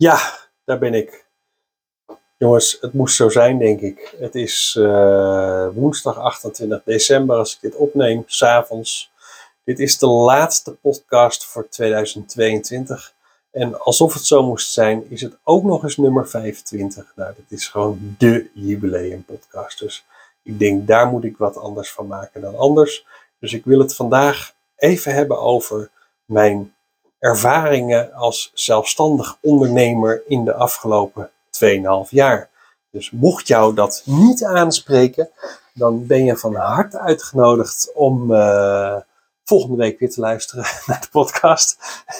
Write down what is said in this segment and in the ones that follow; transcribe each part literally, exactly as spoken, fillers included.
Ja, daar ben ik. Jongens, het moest zo zijn, denk ik. Het is uh, woensdag achtentwintig december als ik dit opneem, 's avonds. Dit is de laatste podcast voor tweeduizend tweeëntwintig. En alsof het zo moest zijn, is het ook nog eens nummer vijfentwintig. Nou, dit is gewoon de jubileumpodcast. Dus ik denk, daar moet ik wat anders van maken dan anders. Dus ik wil het vandaag even hebben over mijn ervaringen als zelfstandig ondernemer in de afgelopen twee komma vijf jaar. Dus mocht jou dat niet aanspreken, dan ben je van harte uitgenodigd om uh, volgende week weer te luisteren naar de podcast.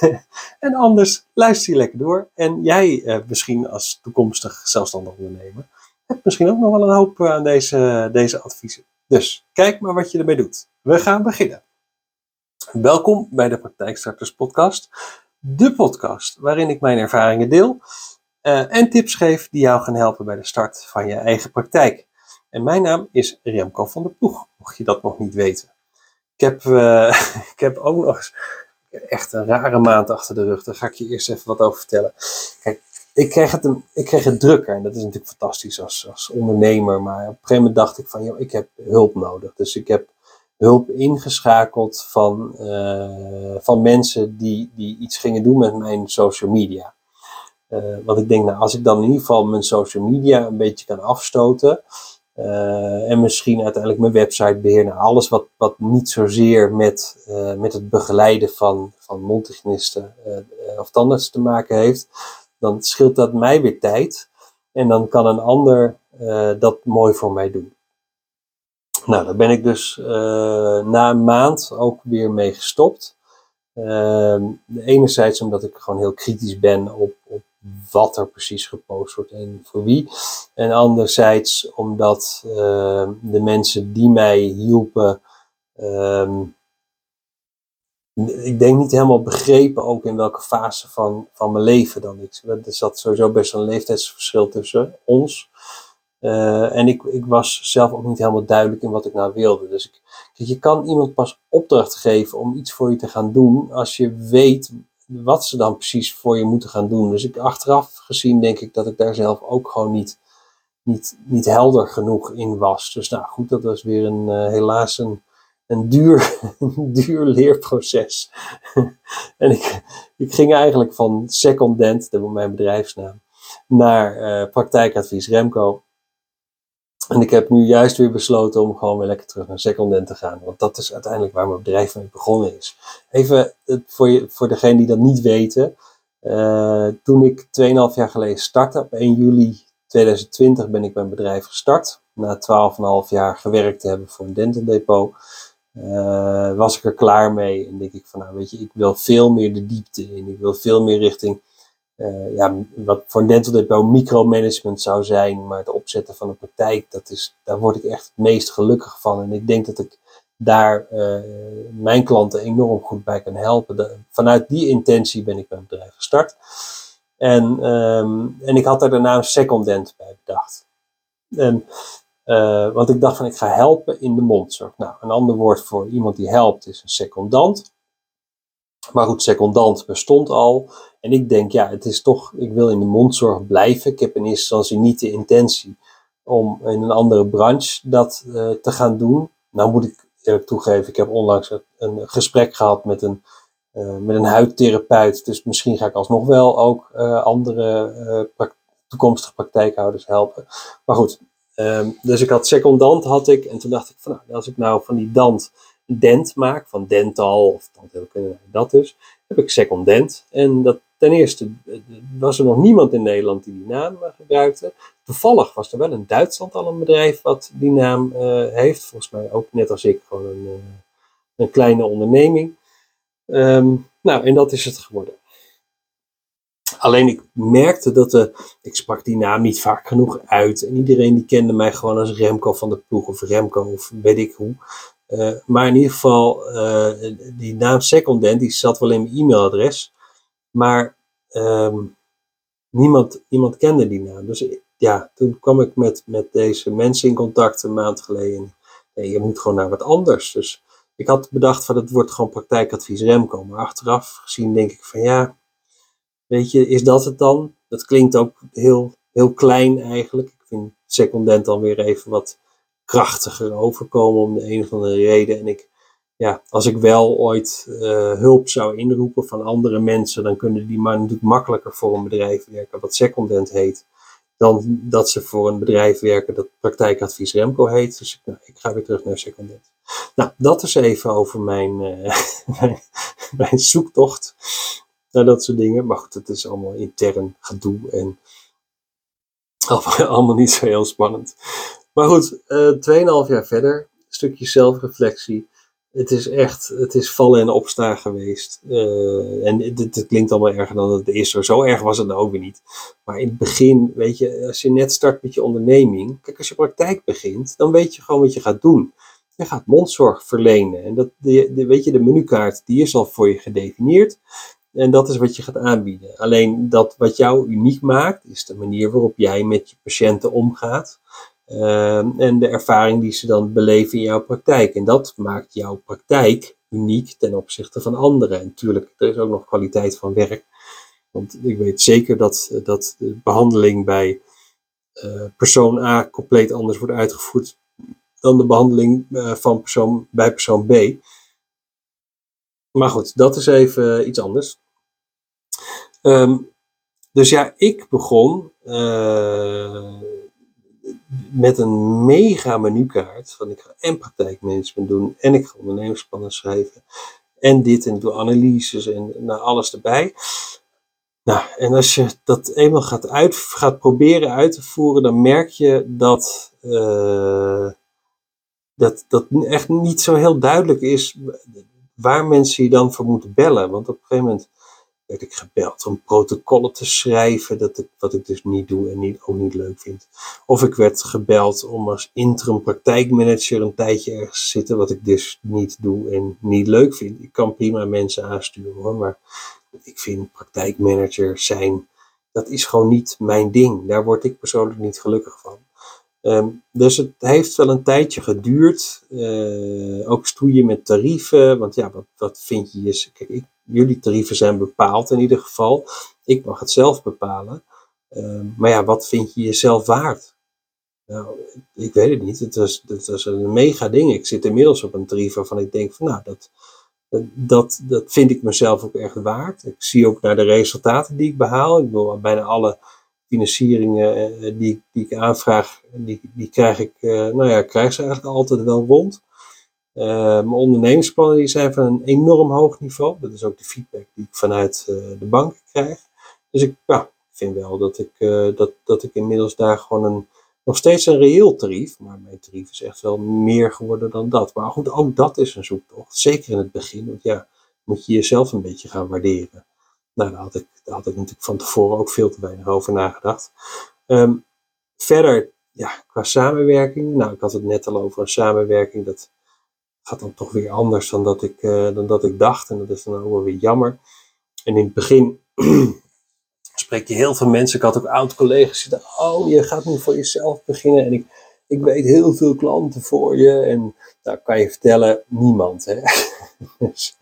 En anders luister je lekker door. En jij uh, misschien als toekomstig zelfstandig ondernemer hebt misschien ook nog wel een hoop aan deze, deze adviezen. Dus kijk maar wat je ermee doet. We gaan beginnen. Welkom bij de Praktijkstarters Podcast. De podcast waarin ik mijn ervaringen deel uh, en tips geef die jou gaan helpen bij de start van je eigen praktijk. En mijn naam is Remco van der Ploeg, mocht je dat nog niet weten. Ik heb, uh, ik heb ook nog eens echt een rare maand achter de rug. Daar ga ik je eerst even wat over vertellen. Kijk, ik kreeg het, een, ik kreeg het drukker en dat is natuurlijk fantastisch als, als ondernemer. Maar op een gegeven moment dacht ik van, joh, ik heb hulp nodig. Dus ik heb hulp ingeschakeld van, uh, van mensen die, die iets gingen doen met mijn social media. Uh, want ik denk, nou, als ik dan in ieder geval mijn social media een beetje kan afstoten. Uh, en misschien uiteindelijk mijn website beheren. Nou, alles wat, wat niet zozeer met, uh, met het begeleiden van, van mondhygiënisten uh, of tandarts te maken heeft. Dan scheelt dat mij weer tijd. En dan kan een ander uh, dat mooi voor mij doen. Nou, daar ben ik dus uh, na een maand ook weer mee gestopt. Uh, enerzijds omdat ik gewoon heel kritisch ben op, op wat er precies gepost wordt en voor wie. En anderzijds omdat uh, de mensen die mij hielpen, uh, ik denk niet helemaal begrepen ook in welke fase van, van mijn leven dan ik. Er zat sowieso best een leeftijdsverschil tussen ons. Uh, en ik, ik was zelf ook niet helemaal duidelijk in wat ik nou wilde. Dus ik, kijk, je kan iemand pas opdracht geven om iets voor je te gaan doen als je weet wat ze dan precies voor je moeten gaan doen. Dus ik, achteraf gezien denk ik dat ik daar zelf ook gewoon niet, niet, niet helder genoeg in was. Dus nou goed, dat was weer een, uh, helaas een, een, duur, een duur leerproces. En ik, ik ging eigenlijk van secondent, dat was mijn bedrijfsnaam, naar uh, praktijkadvies Remco. En ik heb nu juist weer besloten om gewoon weer lekker terug naar secondent te gaan. Want dat is uiteindelijk waar mijn bedrijf mee begonnen is. Even voor, je, voor degenen die dat niet weten. Uh, toen ik twee komma vijf jaar geleden startte, op één juli tweeduizend twintig ben ik mijn bedrijf gestart. Na twaalf komma vijf jaar gewerkt te hebben voor een dental depot. Uh, was ik er klaar mee. En denk ik van, nou weet je, ik wil veel meer de diepte in. Ik wil veel meer richting... Uh, ja, wat voor een dental depot micromanagement zou zijn, maar het opzetten van een praktijk, dat is, daar word ik echt het meest gelukkig van. En ik denk dat ik daar uh, mijn klanten enorm goed bij kan helpen. De, vanuit die intentie ben ik mijn bedrijf gestart. En, um, en ik had daar de naam secondent bij bedacht. En, uh, want ik dacht van, ik ga helpen in de mondzorg. Nou, een ander woord voor iemand die helpt is een secondant. Maar goed, secondant bestond al. En ik denk, ja, het is toch, ik wil in de mondzorg blijven. Ik heb in eerste instantie niet de intentie om in een andere branche dat uh, te gaan doen. Nou moet ik eerlijk toegeven, ik heb onlangs een gesprek gehad met een, uh, met een huidtherapeut. Dus misschien ga ik alsnog wel ook uh, andere uh, pra- toekomstige praktijkhouders helpen. Maar goed, um, dus ik had secondant had ik. En toen dacht ik van, nou, als ik nou van die dant dent maak, van dental of tandheelkunde, dat dus, heb ik secondent. En dat ten eerste was er nog niemand in Nederland die die naam gebruikte. Toevallig was er wel in Duitsland al een bedrijf wat die naam uh, heeft. Volgens mij ook net als ik gewoon een, uh, een kleine onderneming. Um, nou, en dat is het geworden. Alleen ik merkte dat de, ik sprak die naam niet vaak genoeg uit. En iedereen die kende mij gewoon als Remco van der Ploeg of Remco of weet ik hoe. Uh, maar in ieder geval, uh, die naam secondent, die zat wel in mijn e-mailadres. Maar um, niemand, niemand kende die naam. Dus ja, toen kwam ik met, met deze mensen in contact een maand geleden. Nee, je moet gewoon naar wat anders. Dus ik had bedacht van het wordt gewoon praktijkadvies Remco. Maar achteraf gezien denk ik van ja, weet je, is dat het dan? dat klinkt ook heel, heel klein eigenlijk. Ik vind secondent dan weer even wat krachtiger overkomen om de een of andere reden. En ik, ja, als ik wel ooit uh, hulp zou inroepen van andere mensen, dan kunnen die maar natuurlijk makkelijker voor een bedrijf werken wat secondent heet, dan dat ze voor een bedrijf werken dat praktijkadvies Remco heet. Dus ik, nou, ik ga weer terug naar secondent. Nou, dat is even over mijn, uh, mijn, mijn zoektocht naar dat soort dingen. Maar goed, het is allemaal intern gedoe en allemaal niet zo heel spannend. Maar goed, uh, tweeënhalf jaar verder, een stukje zelfreflectie. Het is echt, het is vallen en opstaan geweest. Uh, en het, het klinkt allemaal erger dan het is. Zo erg was het nou ook weer niet. Maar in het begin, weet je, als je net start met je onderneming. Kijk, als je praktijk begint, dan weet je gewoon wat je gaat doen. Je gaat mondzorg verlenen. En dat, de, de, weet je, de menukaart, die is al voor je gedefinieerd. En dat is wat je gaat aanbieden. Alleen dat wat jou uniek maakt, is de manier waarop jij met je patiënten omgaat. Uh, en de ervaring die ze dan beleven in jouw praktijk. En dat maakt jouw praktijk uniek ten opzichte van anderen. En natuurlijk, er is ook nog kwaliteit van werk. Want ik weet zeker dat, dat de behandeling bij uh, persoon A compleet anders wordt uitgevoerd dan de behandeling uh, van persoon, bij persoon B. Maar goed, dat is even iets anders. Um, dus ja, ik begon uh, met een mega menukaart. Van ik ga en praktijkmanagement doen en ik ga ondernemersplannen schrijven. En dit en ik doe analyses en nou, alles erbij. Nou, en als je dat eenmaal gaat, uit, gaat proberen uit te voeren, dan merk je dat, uh, dat dat echt niet zo heel duidelijk is waar mensen je dan voor moeten bellen. Want op een gegeven moment werd ik gebeld om protocollen te schrijven, dat ik, wat ik dus niet doe en niet, ook niet leuk vind. Of ik werd gebeld om als interim praktijkmanager een tijdje ergens te zitten, wat ik dus niet doe en niet leuk vind. Ik kan prima mensen aansturen hoor, maar ik vind praktijkmanager zijn, dat is gewoon niet mijn ding. Daar word ik persoonlijk niet gelukkig van. Um, dus het heeft wel een tijdje geduurd. Uh, ook stoeien met tarieven. Want ja, wat, wat vind je? Is, kijk, ik, jullie tarieven zijn bepaald in ieder geval. Ik mag het zelf bepalen. Um, maar ja, wat vind je jezelf waard? Nou, ik weet het niet. Het was, het was een mega ding. Ik zit inmiddels op een tarief waarvan ik denk van nou, dat, dat, dat vind ik mezelf ook echt waard. Ik zie ook naar de resultaten die ik behaal. Ik bedoel, bijna alle financieringen uh, die, die ik aanvraag, die, die krijg ik, uh, nou ja, krijg ze eigenlijk altijd wel rond. Uh, mijn ondernemingsplannen die zijn van een enorm hoog niveau. Dat is ook de feedback die ik vanuit uh, de bank krijg. Dus ik ja, vind wel dat ik, uh, dat, dat ik inmiddels daar gewoon een, nog steeds een reëel tarief, maar mijn tarief is echt wel meer geworden dan dat. Maar goed, ook dat is een zoektocht. Zeker in het begin, want ja, moet je jezelf een beetje gaan waarderen. Nou, daar had ik, daar had ik natuurlijk van tevoren ook veel te weinig over nagedacht. Um, verder, ja, qua samenwerking. Nou, ik had het net al over een samenwerking. Dat gaat dan toch weer anders dan dat ik, uh, dan dat ik dacht. En dat is dan ook wel weer jammer. En in het begin spreek je heel veel mensen. Ik had ook oud-collega's die zeiden, oh, je gaat nu voor jezelf beginnen. En ik, ik weet heel veel klanten voor je. En nou, kan je vertellen, niemand, hè. Dus,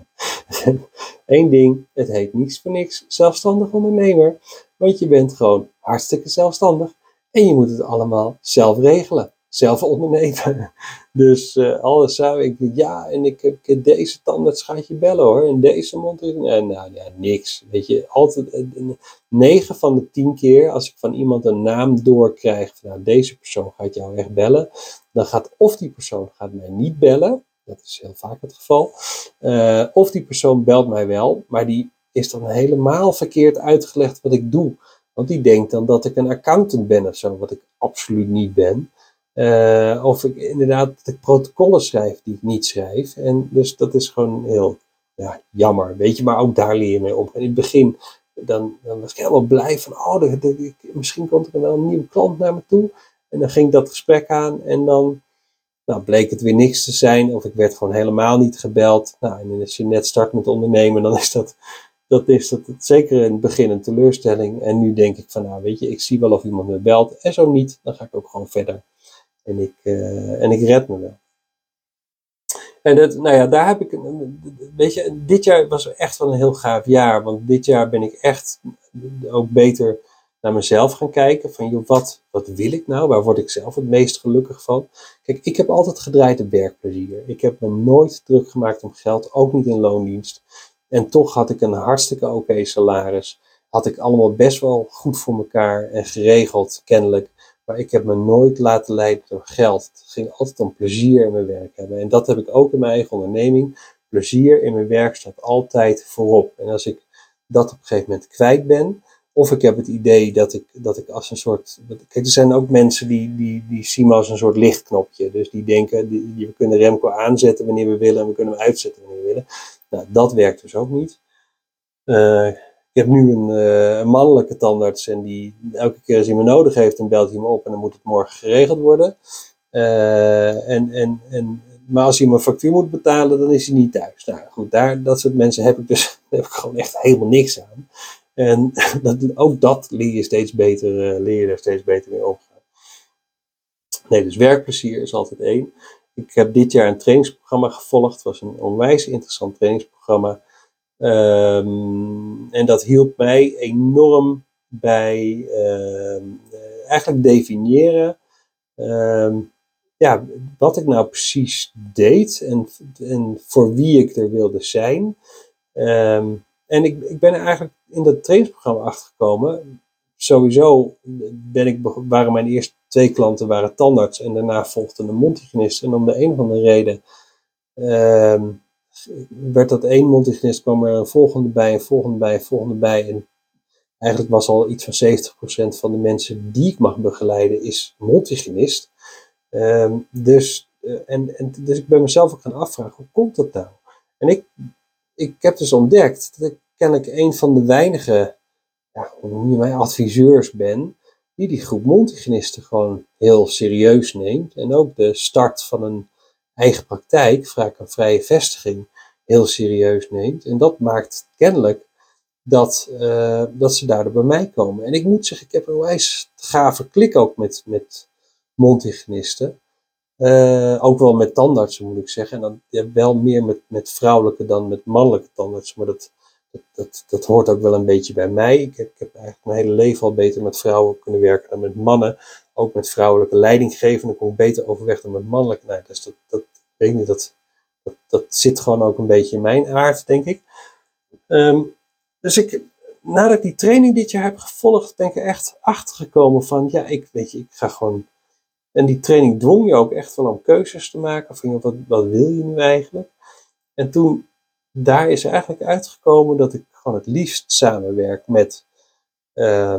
Eén ding, het heet niets voor niks zelfstandig ondernemer, want je bent gewoon hartstikke zelfstandig en je moet het allemaal zelf regelen, zelf ondernemen. Dus uh, alles zou ik, ja, en ik heb deze tandarts gaat je bellen hoor, en deze mond, en nou ja, niks. Weet je, altijd negen van de tien keer als ik van iemand een naam doorkrijg, van nou, deze persoon gaat jou echt bellen, dan gaat of die persoon gaat mij niet bellen. Dat is heel vaak het geval. Uh, of die persoon belt mij wel, maar die is dan helemaal verkeerd uitgelegd wat ik doe. Want die denkt dan dat ik een accountant ben of zo, wat ik absoluut niet ben. Uh, of ik inderdaad dat ik protocollen schrijf die ik niet schrijf. En dus dat is gewoon heel ja, jammer, weet je. Maar ook daar leer je mee om. En in het begin, dan, dan was ik helemaal blij van, oh, de, de, misschien komt er wel een nieuwe klant naar me toe. En dan ging ik dat gesprek aan en dan nou, bleek het weer niks te zijn, of ik werd gewoon helemaal niet gebeld. Nou, en als je net start met ondernemen, dan is dat, dat, is dat zeker in het begin een teleurstelling. En nu denk ik van, nou weet je, ik zie wel of iemand me belt. En zo niet, dan ga ik ook gewoon verder. En ik, uh, en ik red me wel. En dat, nou ja, daar heb ik, weet je, dit jaar was echt wel een heel gaaf jaar. Want dit jaar ben ik echt ook beter naar mezelf gaan kijken. Van joh, wat, wat wil ik nou? Waar word ik zelf het meest gelukkig van? Kijk, ik heb altijd gedraaid op werkplezier. Ik heb me nooit druk gemaakt om geld, ook niet in loondienst. En toch had ik een hartstikke oké salaris. Had ik allemaal best wel goed voor elkaar en geregeld, kennelijk. Maar ik heb me nooit laten leiden door geld. Het ging altijd om plezier in mijn werk hebben. En dat heb ik ook in mijn eigen onderneming. Plezier in mijn werk staat altijd voorop. En als ik dat op een gegeven moment kwijt ben, of ik heb het idee dat ik, dat ik als een soort... Kijk, er zijn ook mensen die, die, die zien me als een soort lichtknopje. Dus die denken, die, we kunnen Remco aanzetten wanneer we willen en we kunnen hem uitzetten wanneer we willen. Nou, dat werkt dus ook niet. Uh, ik heb nu een, uh, een mannelijke tandarts en die elke keer als hij me nodig heeft, dan belt hij me op en dan moet het morgen geregeld worden. Uh, en, en, en, maar als hij me een factuur moet betalen, dan is hij niet thuis. Nou goed, daar, dat soort mensen heb ik dus daar heb ik gewoon echt helemaal niks aan. En dat, ook dat leer je steeds beter, uh, leer je er steeds beter mee omgaan. Nee, dus werkplezier is altijd één. Ik heb dit jaar een trainingsprogramma gevolgd. Het was een onwijs interessant trainingsprogramma. Um, en dat hielp mij enorm bij uh, eigenlijk definiëren um, ja, wat ik nou precies deed en, en voor wie ik er wilde zijn. Um, en ik, ik ben er eigenlijk in dat trainingsprogramma achtergekomen. Sowieso ben ik, waren mijn eerste twee klanten waren tandarts en daarna volgde een mondhygiënist. En om de een of andere reden um, werd dat één mondhygiënist, kwam er een volgende bij, een volgende bij, een volgende bij. En eigenlijk was al iets van zeventig procent van de mensen die ik mag begeleiden is mondhygiënist. Um, dus, uh, en, en, dus ik ben mezelf ook gaan afvragen, hoe komt dat nou? En ik, ik heb dus ontdekt dat ik kennelijk een van de weinige, ja, hoe noem je mij, adviseurs ben, die die groep mondhygiënisten gewoon heel serieus neemt. En ook de start van een eigen praktijk, vaak een vrije vestiging, heel serieus neemt. En dat maakt kennelijk dat, uh, dat ze daardoor bij mij komen. En ik moet zeggen, ik heb een wijs gave klik ook met, met mondhygiënisten. Uh, ook wel met tandartsen moet ik zeggen. En dan ja, wel meer met, met vrouwelijke dan met mannelijke tandartsen. Maar dat, dat, dat, dat hoort ook wel een beetje bij mij. Ik heb, ik heb eigenlijk mijn hele leven al beter met vrouwen kunnen werken dan met mannen. Ook met vrouwelijke leidinggevenden kom ik beter overweg dan met mannelijke. Nou, dus dat, dat, weet ik niet, dat, dat, dat zit gewoon ook een beetje in mijn aard, denk ik. Um, dus ik, nadat ik die training dit jaar heb gevolgd, ben ik er echt achter gekomen van, ja, ik weet je, ik ga gewoon... En die training dwong je ook echt wel om keuzes te maken. Van, wat, wat wil je nu eigenlijk? En toen, daar is er eigenlijk uitgekomen dat ik gewoon het liefst samenwerk met, uh,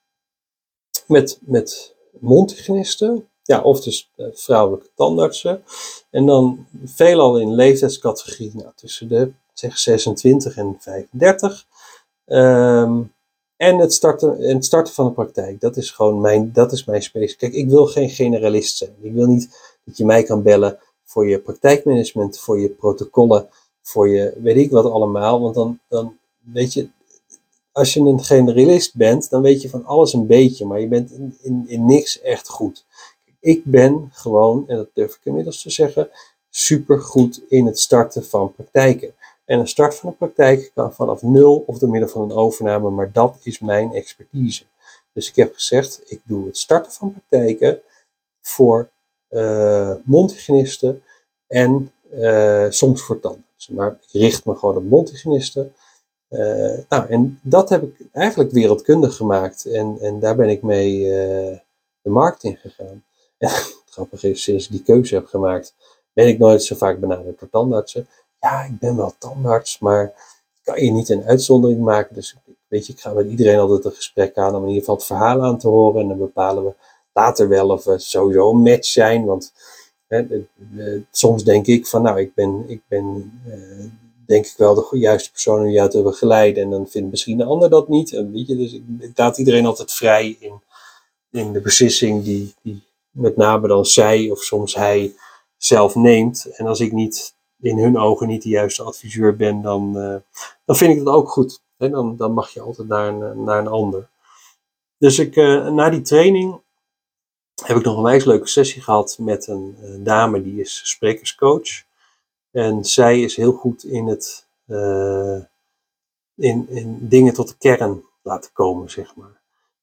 met, met mondhygiënisten. Ja, of dus uh, vrouwelijke tandartsen. En dan veelal in leeftijdscategorie, nou, tussen de zeg zesentwintig en vijfendertig. Um, En het starten, en het starten van een praktijk, dat is gewoon mijn, dat is mijn space. Kijk, ik wil geen generalist zijn. Ik wil niet dat je mij kan bellen voor je praktijkmanagement, voor je protocollen, voor je weet ik wat allemaal. Want dan, dan weet je, als je een generalist bent, dan weet je van alles een beetje, maar je bent in, in, in niks echt goed. Ik ben gewoon, en dat durf ik inmiddels te zeggen, super goed in het starten van praktijken. En een start van een praktijk kan vanaf nul of door middel van een overname, maar dat is mijn expertise. Dus ik heb gezegd, ik doe het starten van praktijken voor uh, mondhygiënisten en uh, soms voor tandartsen. Maar ik richt me gewoon op mondhygiënisten. Uh, nou, en dat heb ik eigenlijk wereldkundig gemaakt. En, en daar ben ik mee uh, de markt in gegaan. En het grappige is, sinds ik die keuze heb gemaakt, ben ik nooit zo vaak benaderd door tandartsen. Ja, ik ben wel tandarts, maar kan je niet een uitzondering maken? Dus weet je, ik ga met iedereen altijd een gesprek aan om in ieder geval het verhaal aan te horen. En dan bepalen we later wel of we sowieso een match zijn. Want hè, de, de, soms denk ik van, nou, ik ben, ik ben uh, denk ik wel de juiste persoon om jou te begeleiden. En dan vindt misschien de ander dat niet. En weet je, dus ik, ik laat iedereen altijd vrij in, in de beslissing die, die met name dan zij of soms hij zelf neemt. En als ik niet in hun ogen niet de juiste adviseur ben, dan, uh, dan vind ik dat ook goed. En dan, dan mag je altijd naar een, naar een ander. Dus ik, uh, na die training heb ik nog een wijs leuke sessie gehad met een uh, dame die is sprekerscoach. En zij is heel goed in het uh, in, in dingen tot de kern laten komen, zeg maar.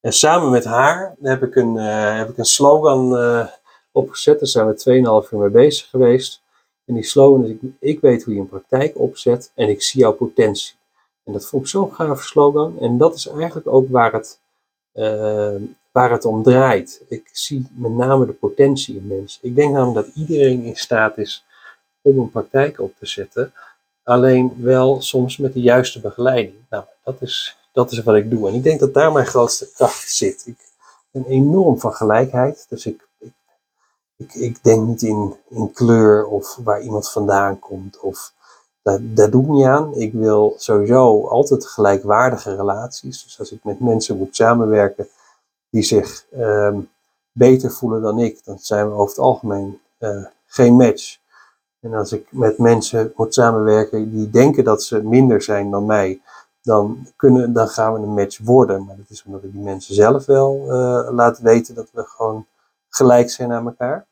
En samen met haar heb ik een, uh, heb ik een slogan uh, opgezet. Daar zijn we twee komma vijf uur mee bezig geweest. En die slogan is: ik, ik weet hoe je een praktijk opzet en ik zie jouw potentie. En dat vond ik zo'n gave slogan. En dat is eigenlijk ook waar het, uh, waar het om draait. Ik zie met name de potentie in mensen. Ik denk namelijk dat iedereen in staat is om een praktijk op te zetten. Alleen wel soms met de juiste begeleiding. Nou, dat is, dat is wat ik doe. En ik denk dat daar mijn grootste kracht zit. Ik ben enorm van gelijkheid. Dus ik, ik, ik, ik denk niet in, in kleur of waar iemand vandaan komt. Of, dat, dat doe ik niet aan. Ik wil sowieso altijd gelijkwaardige relaties. Dus als ik met mensen moet samenwerken die zich um, beter voelen dan ik, dan zijn we over het algemeen uh, geen match. En als ik met mensen moet samenwerken die denken dat ze minder zijn dan mij, dan, kunnen, dan gaan we een match worden. Maar dat is omdat ik die mensen zelf wel uh, laat weten dat we gewoon gelijk zijn aan elkaar.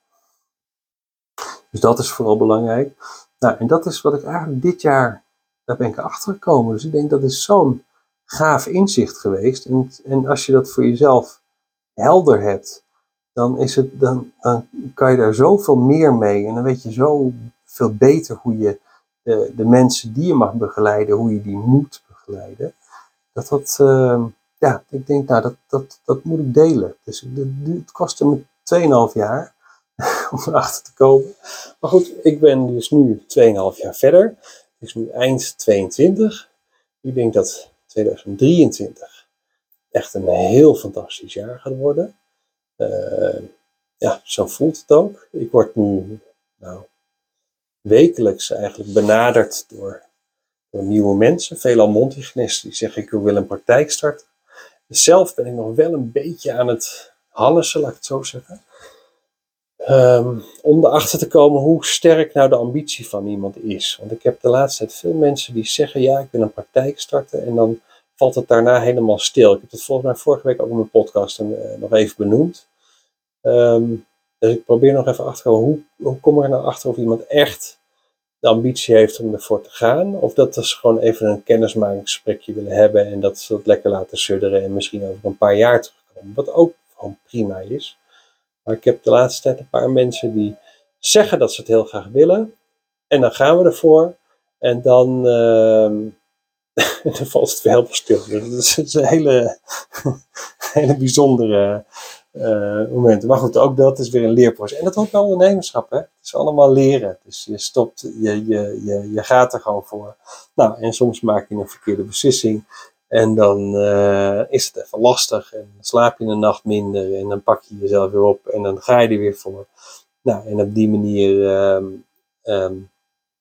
Dus dat is vooral belangrijk. Nou, en dat is wat ik eigenlijk dit jaar, daar ben ik achter gekomen. Dus ik denk dat is zo'n gaaf inzicht geweest. En, en als je dat voor jezelf helder hebt, dan, is het, dan, dan kan je daar zoveel meer mee. En dan weet je zo veel beter hoe je de, de mensen die je mag begeleiden, hoe je die moet begeleiden. Dat dat, uh, ja, ik denk, nou, dat, dat, dat moet ik delen. Dus het kostte me twee komma vijf jaar om erachter te komen. Maar goed, ik ben dus nu twee komma vijf jaar verder. Het is nu eind tweeëntwintig. Ik denk dat tweeduizend drieëntwintig echt een heel fantastisch jaar gaat worden. Uh, ja, zo voelt het ook. Ik word nu nou, wekelijks eigenlijk benaderd door, door nieuwe mensen. Veelal mondhygiënisten die zeggen: ik wil een praktijk starten. Dus zelf ben ik nog wel een beetje aan het hallesen, laat ik het zo zeggen. Um, om erachter te komen hoe sterk nou de ambitie van iemand is. Want ik heb de laatste tijd veel mensen die zeggen: ja, ik wil een praktijk starten. En dan valt het daarna helemaal stil. Ik heb het volgens mij vorige week ook in mijn podcast uh, nog even benoemd. Um, dus ik probeer nog even achter te komen, hoe, hoe kom ik er nou achter of iemand echt de ambitie heeft om ervoor te gaan, of dat ze gewoon even een kennismakingsgesprekje willen hebben en dat ze het lekker laten sudderen en misschien over een paar jaar terugkomen, wat ook gewoon prima is. Maar ik heb de laatste tijd een paar mensen die zeggen dat ze het heel graag willen en dan gaan we ervoor en dan, uh, dan valt het weer helemaal stil. Dus dat is een hele, hele bijzondere Uh, momenten. Maar goed, ook dat is weer een leerproces. En dat hoort bij ondernemerschap, hè. Het is allemaal leren. Dus je stopt, je, je, je, je gaat er gewoon voor. Nou, en soms maak je een verkeerde beslissing. En dan uh, is het even lastig. En dan slaap je een nacht minder. En dan pak je jezelf weer op. En dan ga je er weer voor. Nou, en op die manier um, um,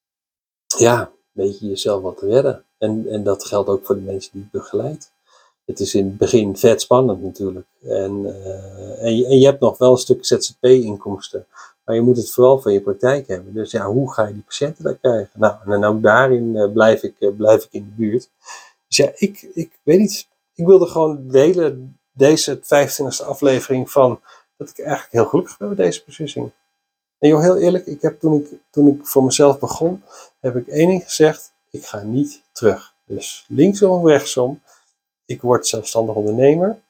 ja, weet je jezelf wat te redden. En, en dat geldt ook voor de mensen die je begeleidt. Het is in het begin vet spannend natuurlijk. En, uh, en, je, en je hebt nog wel een stuk Z Z P-inkomsten. Maar je moet het vooral van je praktijk hebben. Dus ja, hoe ga je die patiënten daar krijgen? Nou, en ook daarin uh, blijf, ik, uh, blijf ik in de buurt. Dus ja, ik, ik weet niet. Ik wilde gewoon delen deze vijftiende aflevering van dat ik eigenlijk heel gelukkig ben met deze beslissing. En joh, heel eerlijk, ik heb toen ik, toen ik voor mezelf begon, heb ik één ding gezegd. Ik ga niet terug. Dus linksom of rechtsom. Ik word zelfstandig ondernemer.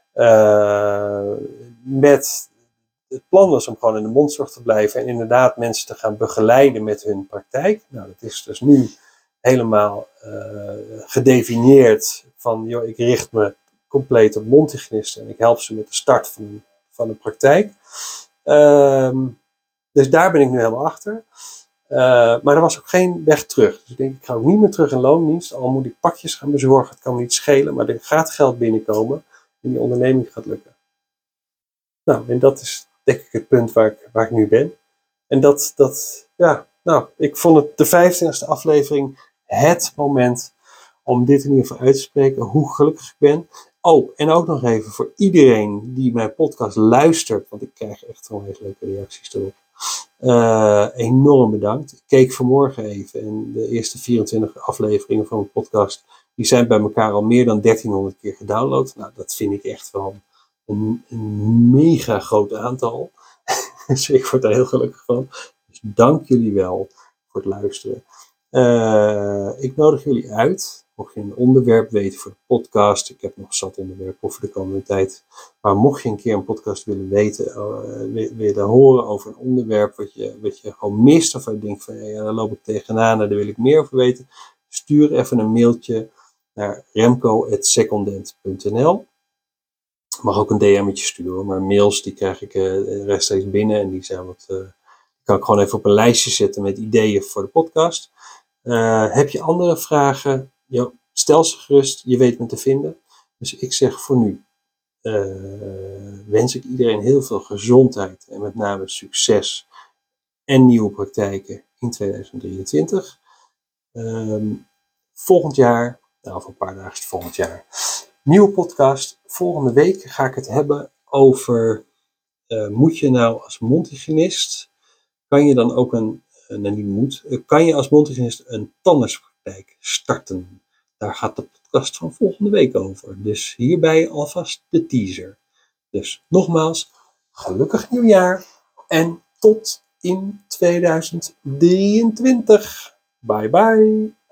Uh, met het plan was om gewoon in de mondzorg te blijven en inderdaad mensen te gaan begeleiden met hun praktijk. Nou, dat is dus nu helemaal uh, gedefinieerd van, joh, ik richt me compleet op mondhygiënisten en ik help ze met de start van een, van een praktijk. Uh, dus daar ben ik nu helemaal achter. Uh, maar er was ook geen weg terug. Dus ik denk, ik ga ook niet meer terug in loondienst. Al moet ik pakjes gaan bezorgen, het kan me niet schelen. Maar er gaat geld binnenkomen en die onderneming gaat lukken. Nou, en dat is denk ik het punt waar ik, waar ik nu ben. En dat, dat, ja, nou, ik vond het de vijftiende aflevering het moment om dit in ieder geval uit te spreken, hoe gelukkig ik ben. Oh, en ook nog even voor iedereen die mijn podcast luistert, want ik krijg echt gewoon hele leuke reacties erop. Uh, enorm bedankt. Ik keek vanmorgen even en de eerste vierentwintig afleveringen van mijn podcast, die zijn bij elkaar al meer dan dertienhonderd keer gedownload. Nou, dat vind ik echt wel een, een mega groot aantal. Dus ik word daar heel gelukkig van. Dus dank jullie wel voor het luisteren. Uh, ik nodig jullie uit Mocht je een onderwerp weten voor de podcast, ik heb nog zat onderwerpen voor de komende tijd, maar mocht je een keer een podcast willen weten, uh, willen horen over een onderwerp wat je, wat je gewoon mist, of je denkt van ja, daar loop ik tegenaan en daar wil ik meer over weten, stuur even een mailtje naar remco at secondent punt n l. Mag ook een D M'tje sturen, maar mails die krijg ik uh, rechtstreeks binnen en die zijn wat, uh, kan ik gewoon even op een lijstje zetten met ideeën voor de podcast. Uh, heb je andere vragen? Jo, stel ze gerust, je weet me te vinden. Dus ik zeg voor nu, uh, wens ik iedereen heel veel gezondheid en met name succes en nieuwe praktijken in tweeduizend drieëntwintig. Um, volgend jaar, nou over een paar dagen is het volgend jaar, nieuwe podcast. Volgende week ga ik het hebben over, uh, moet je nou als mondhygiënist, kan je dan ook een, nou niet moet, kan je als mondhygiënist een tandartspraktijk starten? Daar gaat de podcast van volgende week over. Dus hierbij alvast de teaser. Dus nogmaals, gelukkig nieuwjaar en tot in tweeduizend drieëntwintig. Bye bye.